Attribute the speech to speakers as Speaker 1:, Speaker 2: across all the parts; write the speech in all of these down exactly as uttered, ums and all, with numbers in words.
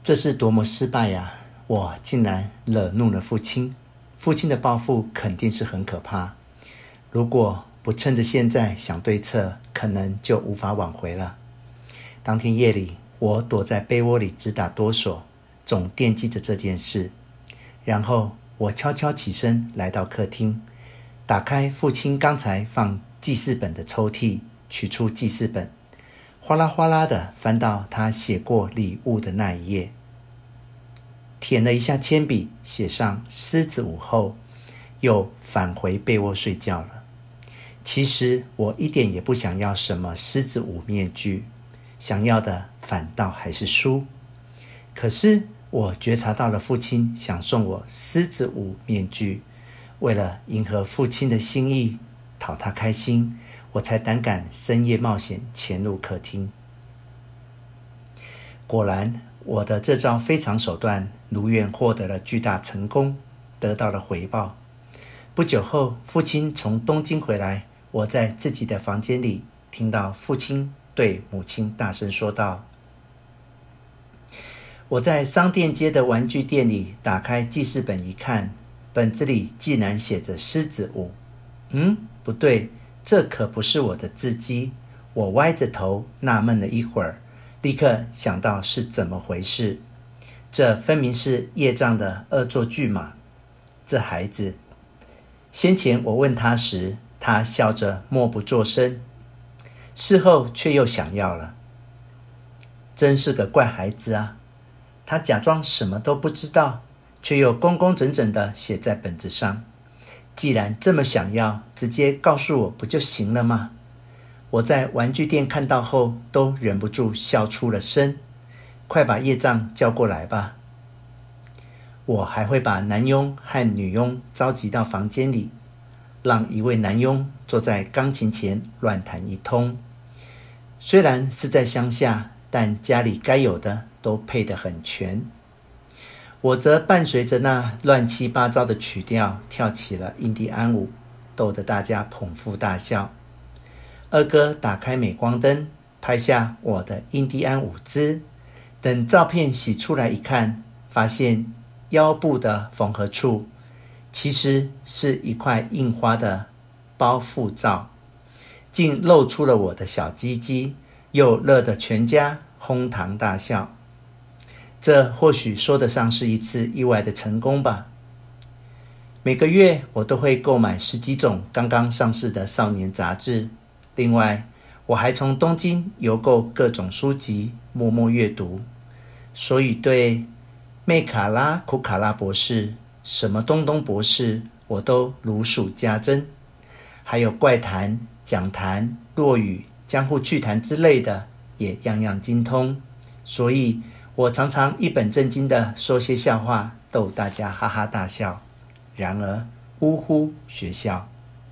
Speaker 1: 这是多么失败呀！我竟然惹怒了父亲。父亲的报复肯定是很可怕，如果不趁着现在想对策，可能就无法挽回了。当天夜里，我躲在被窝里直打哆嗦，总惦记着这件事。然后我悄悄起身来到客厅，打开父亲刚才放记事本的抽屉，取出记事本，哗啦哗啦地翻到他写过礼物的那一页，舔了一下铅笔，写上狮子舞后，又返回被窝睡觉了。其实我一点也不想要什么狮子舞面具，想要的反倒还是书。可是我觉察到了父亲想送我狮子舞面具，为了迎合父亲的心意，讨他开心，我才胆敢深夜冒险潜入客厅。果然，我的这招非常手段如愿获得了巨大成功，得到了回报。不久后，父亲从东京回来，我在自己的房间里听到父亲对母亲大声说道：我在商店街的玩具店里打开记事本一看，本子里竟然写着狮子舞。嗯，不对，这可不是我的字迹。我歪着头纳闷了一会儿，立刻想到是怎么回事。这分明是业障的恶作剧嘛！这孩子，先前我问他时，他笑着默不作声，事后却又想要了。真是个怪孩子啊！他假装什么都不知道，却又工工整整地写在本子上。既然这么想要，直接告诉我不就行了吗？我在玩具店看到后，都忍不住笑出了声。快把业障叫过来吧！我还会把男佣和女佣召集到房间里，让一位男佣坐在钢琴前乱弹一通。虽然是在乡下，但家里该有的都配得很全。我则伴随着那乱七八糟的曲调跳起了印第安舞，逗得大家捧腹大笑。二哥打开镁光灯，拍下我的印第安舞姿。等照片洗出来一看，发现腰部的缝合处其实是一块印花的包覆罩，竟露出了我的小鸡鸡，又乐得全家哄堂大笑。这或许说得上是一次意外的成功吧。每个月我都会购买十几种刚刚上市的少年杂志，另外我还从东京邮购各种书籍，默默阅读，所以对妹卡拉库卡拉博士、什么东东博士我都如数家珍，还有怪谈、讲谈、落语、江户趣谈之类的也样样精通，所以我常常一本正经地说些笑话，逗大家哈哈大笑。然而，呜呼，学校！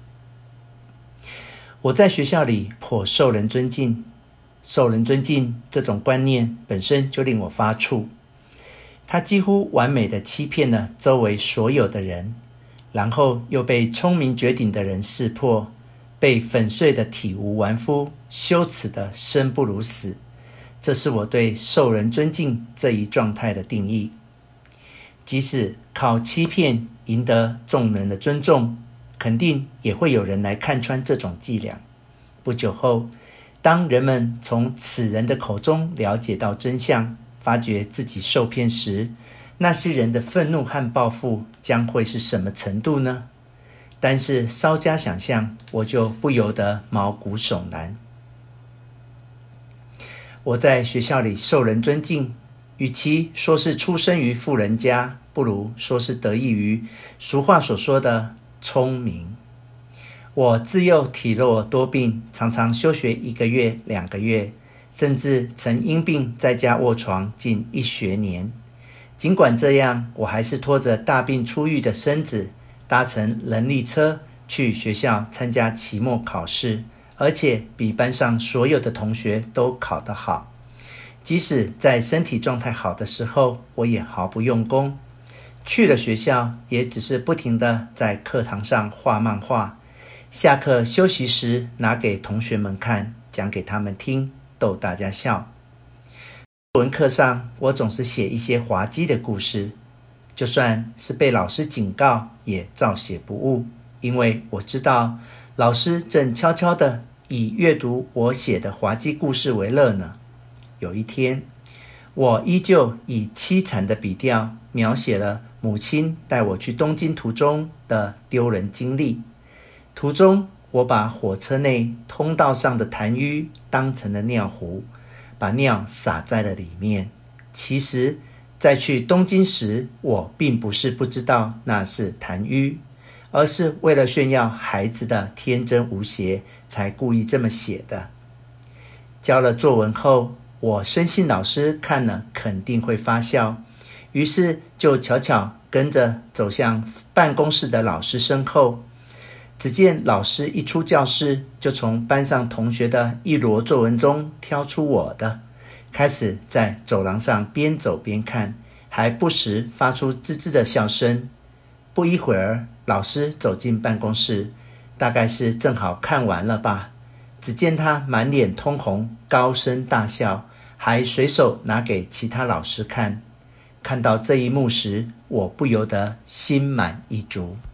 Speaker 1: 我在学校里颇受人尊敬，受人尊敬这种观念本身就令我发怵。他几乎完美地欺骗了周围所有的人，然后又被聪明绝顶的人识破，被粉碎得体无完肤，羞耻得生不如死。这是我对受人尊敬这一状态的定义。即使靠欺骗赢得众人的尊重，肯定也会有人来看穿这种伎俩。不久后，当人们从此人的口中了解到真相，发觉自己受骗时，那些人的愤怒和报复将会是什么程度呢？但是稍加想象，我就不由得毛骨悚然。我在学校里受人尊敬，与其说是出生于富人家，不如说是得益于俗话所说的聪明。我自幼体弱多病，常常休学一个月、两个月，甚至曾因病在家卧床近一学年。尽管这样，我还是拖着大病初愈的身子，搭乘人力车去学校参加期末考试，而且比班上所有的同学都考得好。即使在身体状态好的时候，我也毫不用功。去了学校，也只是不停地在课堂上画漫画，下课休息时拿给同学们看，讲给他们听，逗大家笑。 作文课上，我总是写一些滑稽的故事，就算是被老师警告，也照写不误，因为我知道老师正悄悄地以阅读我写的滑稽故事为乐呢。有一天，我依旧以凄惨的笔调描写了母亲带我去东京途中的丢人经历。途中，我把火车内通道上的痰盂当成了尿壶，把尿洒在了里面。其实，在去东京时，我并不是不知道那是痰盂，而是为了炫耀孩子的天真无邪，才故意这么写的。交了作文后，我深信老师看了肯定会发笑，于是就悄悄跟着走向办公室的老师身后。只见老师一出教室，就从班上同学的一摞作文中挑出我的，开始在走廊上边走边看，还不时发出吱吱的笑声。不一会儿，老师走进办公室，大概是正好看完了吧，只见他满脸通红，高声大笑，还随手拿给其他老师看。看到这一幕时，我不由得心满意足。